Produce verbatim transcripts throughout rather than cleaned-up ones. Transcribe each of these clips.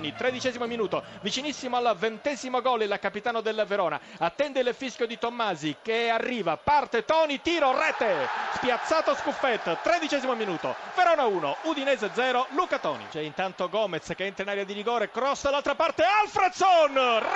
Toni, tredicesimo minuto, vicinissimo al ventesimo gol il capitano del Verona, attende il fischio di Tommasi che arriva, parte Toni, tiro, rete, spiazzato Scuffet, tredicesimo minuto, Verona uno, Udinese zero, Luca Toni. C'è intanto Gomez che entra in area di rigore, cross dall'altra parte, Alfredson,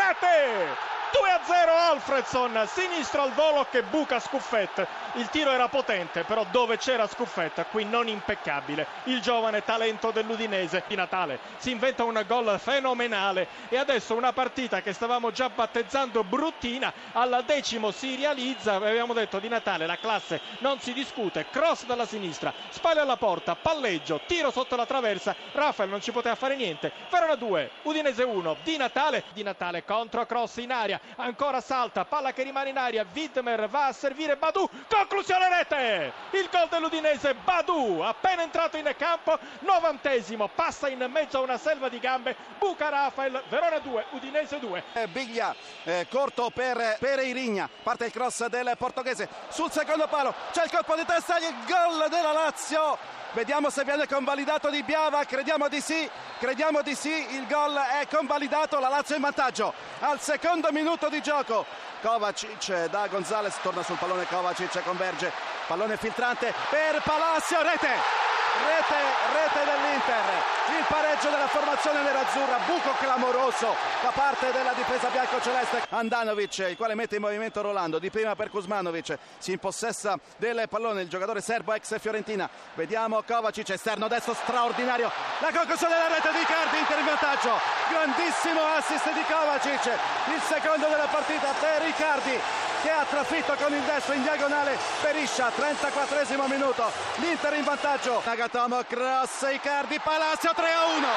rete! due a zero Alfredson, sinistro al volo che buca Scuffet. Il tiro era potente, però dove c'era Scuffet qui non impeccabile. Il giovane talento dell'Udinese. Di Natale si inventa un gol fenomenale e adesso una partita che stavamo già battezzando bruttina al decimo si realizza. Avevamo detto Di Natale, la classe non si discute, cross dalla sinistra, spalle alla porta, palleggio, tiro sotto la traversa, Rafael non ci poteva fare niente. Verona due, Udinese uno, Di Natale, Di Natale contro cross in aria, ancora salta, palla che rimane in aria, Widmer va a servire Badou, conclusione rete, il gol dell'Udinese, Badou appena entrato in campo, novantesimo, passa in mezzo a una selva di gambe, buca Rafael, Verona due, Udinese due. eh, Biglia eh, corto per Pereirigna, parte il cross del portoghese sul secondo palo, c'è il colpo di testa, il gol della Lazio. Vediamo se viene convalidato Di Biava, crediamo di sì, crediamo di sì, il gol è convalidato, la Lazio in vantaggio al secondo minuto di gioco. Kovacic da Gonzalez, torna sul pallone Kovacic, converge, pallone filtrante per Palacio, rete! Rete, rete dell'Inter, il pareggio della formazione nerazzurra, buco clamoroso da parte della difesa biancoceleste. Andanovic, il quale mette in movimento Rolando, di prima per Kuzmanovic, si impossessa del pallone il giocatore serbo ex Fiorentina. Vediamo Kovacic, esterno destro straordinario, la conclusione della rete di Icardi, Inter in vantaggio, grandissimo assist di Kovacic, il secondo della partita per Icardi che ha trafitto con il destro in diagonale Beriscia, trentaquattresimo minuto, l'Inter in vantaggio. Nagatomo, cross, Icardi, Palacio, tre a uno,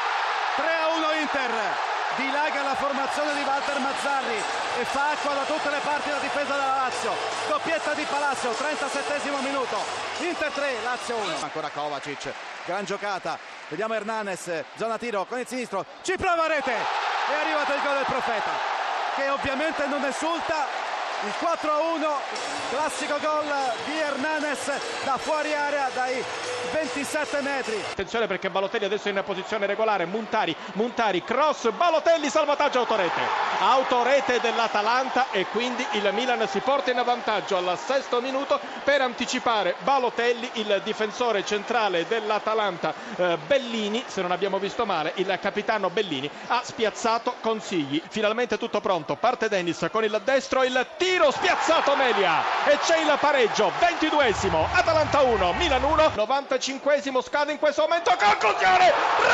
tre a uno Inter, dilaga la formazione di Walter Mazzarri e fa acqua da tutte le parti la difesa della Lazio, doppietta di Palacio, trentasettesimo minuto, Inter tre, Lazio uno. Ancora Kovacic, gran giocata, vediamo Hernanes, zona tiro con il sinistro, ci prova rete, è arrivato il gol del Profeta che ovviamente non esulta. Il quattro a uno, classico gol di Hernanes da fuori area dai ventisette metri. Attenzione perché Balotelli adesso è in posizione regolare, Muntari, Muntari, cross, Balotelli, salvataggio, autorete. Autorete dell'Atalanta e quindi il Milan si porta in vantaggio al sesto minuto per anticipare Balotelli, il difensore centrale dell'Atalanta eh, Bellini, se non abbiamo visto male, il capitano Bellini ha spiazzato Consigli. Finalmente tutto pronto, parte Dennis con il destro, il tiro. Tiro spiazzato Melia e c'è il pareggio, ventiduesimo, Atalanta uno, Milan uno, novantacinquesimo, scade in questo momento, conclusione,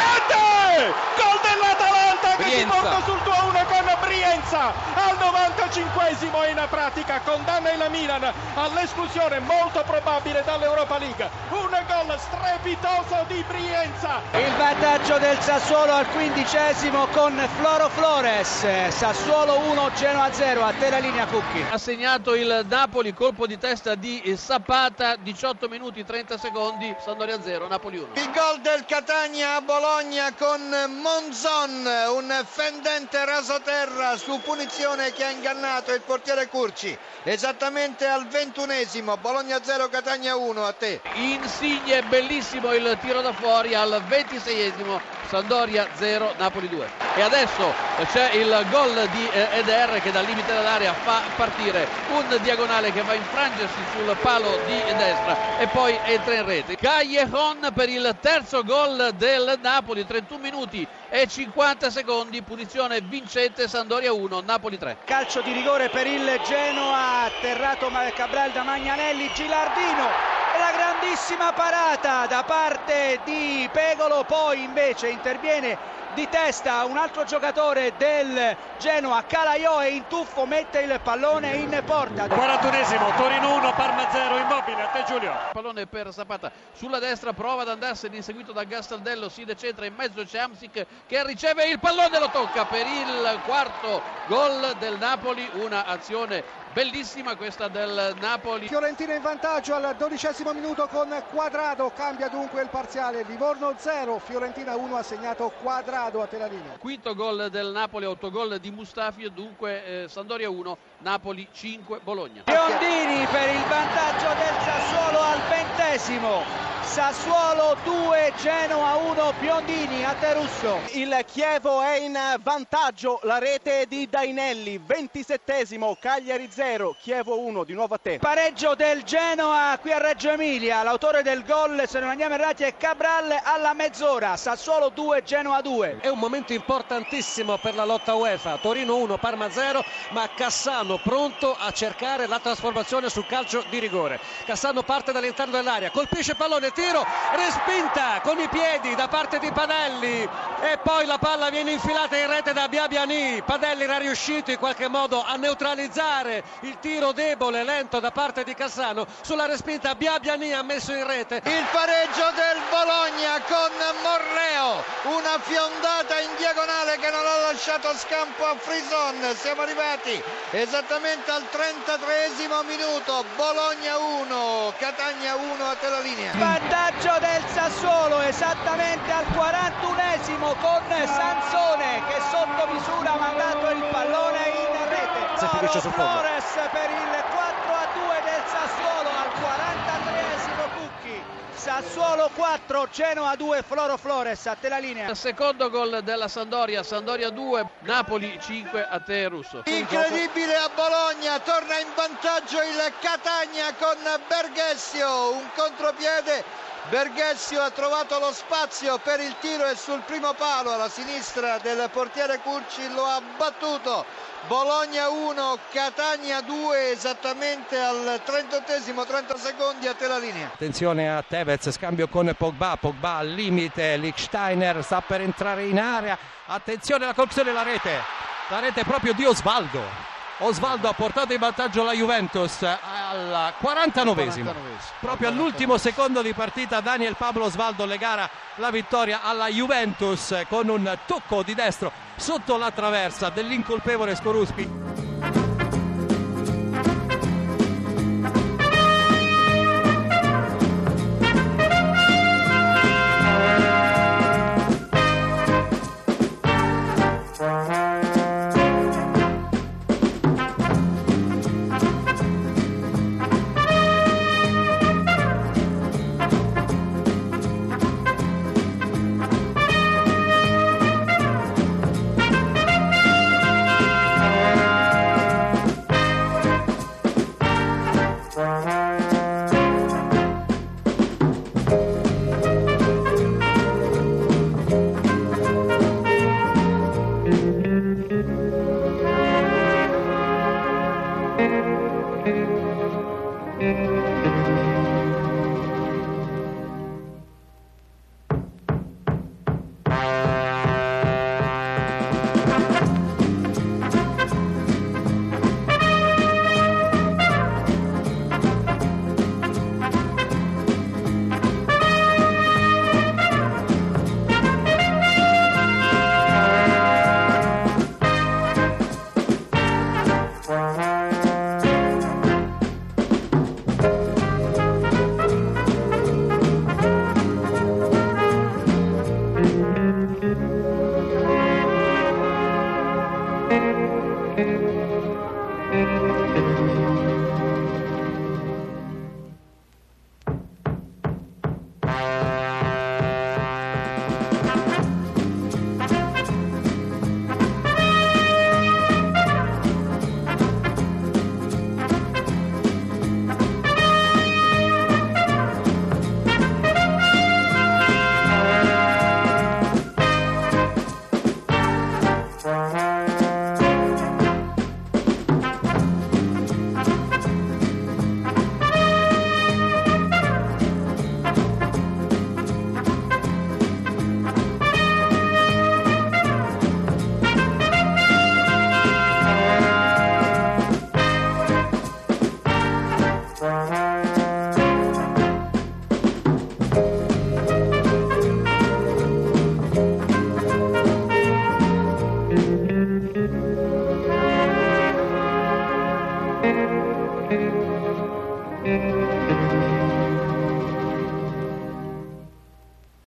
rete, gol dell'Atalanta che Brienza. si porta sul due a uno con Brienza al novantacinquesimo e in pratica condanna il Milan all'esclusione molto probabile dall'Europa League, un gol strepitoso di Brienza. Il vantaggio del Sassuolo al quindicesimo con Floro Flores, Sassuolo uno, Genoa zero, a te la linea Cucchi. Ha segnato il Napoli, colpo di testa di Zapata, diciotto minuti trenta secondi, Sampdoria zero, Napoli uno. Il gol del Catania a Bologna con Monzon, un fendente rasoterra su punizione che ha ingannato il portiere Curci. Esattamente al ventunesimo, Bologna zero, Catania uno, a te. Insigne, bellissimo il tiro da fuori al ventiseiesimo, Sampdoria zero, Napoli due. E adesso c'è il gol di Eder che dal limite dell'area fa partire un diagonale che va a infrangersi sul palo di destra e poi entra in rete. Callejon per il terzo gol del Napoli, trentuno minuti e cinquanta secondi, punizione vincente, Sampdoria uno, Napoli tre. Calcio di rigore per il Genoa, atterrato Cabral da Magnanelli, Gilardino e la grandissima parata da parte di Pegolo, poi invece interviene di testa un altro giocatore del Genoa, Calaiò, e in tuffo mette il pallone in porta. quarantunesimo, Torino uno, Parma zero, Immobile, a te Giulio. Pallone per Zapata sulla destra, prova ad andarsene inseguito da Gastaldello, si decentra, in mezzo c'è Hamsik che riceve il pallone, lo tocca per il quarto gol del Napoli, una azione bellissima questa del Napoli. Fiorentina in vantaggio al dodicesimo minuto con Quadrado, cambia dunque il parziale, Livorno zero, Fiorentina uno, ha segnato Quadrado, a te la linea. Quinto gol del Napoli, autogol di Mustafi, dunque eh, Sampdoria uno, Napoli cinque, Bologna. Biondini per il vantaggio del Sassuolo al ventesimo, Sassuolo due, Genoa uno, Biondini a te Russo. Il Chievo è in vantaggio, la rete di Dainelli, ventisettesimo, Cagliari zero, Chievo uno, di nuovo a te. Pareggio del Genoa qui a Reggio Emilia, l'autore del gol, se non andiamo errati, è Cabral alla mezz'ora. Sassuolo due, Genoa due. È un momento importantissimo per la lotta UEFA. Torino uno, Parma zero, ma Cassano pronto a cercare la trasformazione sul calcio di rigore. Cassano parte dall'interno dell'area, colpisce il pallone, tiro, respinta con i piedi da parte di Padelli e poi la palla viene infilata in rete da Biabiani. Padelli era riuscito in qualche modo a neutralizzare il tiro debole, lento da parte di Cassano. Sulla respinta Biabiani ha messo in rete il pareggio del Bologna con Morleo, una fiondata in diagonale che non ha lasciato scampo a Frison. Siamo arrivati esattamente al trentatreesimo minuto, Bologna uno, Catania uno, a te la linea. Vantaggio del Sassuolo esattamente al quarantunesimo con Sansone che sotto misura ha mandato il pallone in rete. Floro Flores per il quattro a due del Sassuolo al quarantatreesimo Cucchi. Sassuolo quattro, Genoa due, Floro Flores, a te la linea. Il secondo gol della Sampdoria, Sampdoria due, Napoli cinque, a te Russo. Incredibile a Bologna, torna in vantaggio il Catania con Berghessio, un contropiede. Berghessio ha trovato lo spazio per il tiro e sul primo palo alla sinistra del portiere Curci lo ha battuto. Bologna uno, Catania due, esattamente al trentottesimo, trenta secondi, a te la linea. Attenzione a Tevez, scambio con Pogba, Pogba al limite, Lichtsteiner sta per entrare in area, attenzione alla colzione, la rete, la rete proprio di Osvaldo. Osvaldo ha portato in vantaggio la Juventus al quarantanovesimo, proprio all'ultimo secondo di partita Daniel Pablo Osvaldo legara la vittoria alla Juventus con un tocco di destro sotto la traversa dell'incolpevole Skorupski.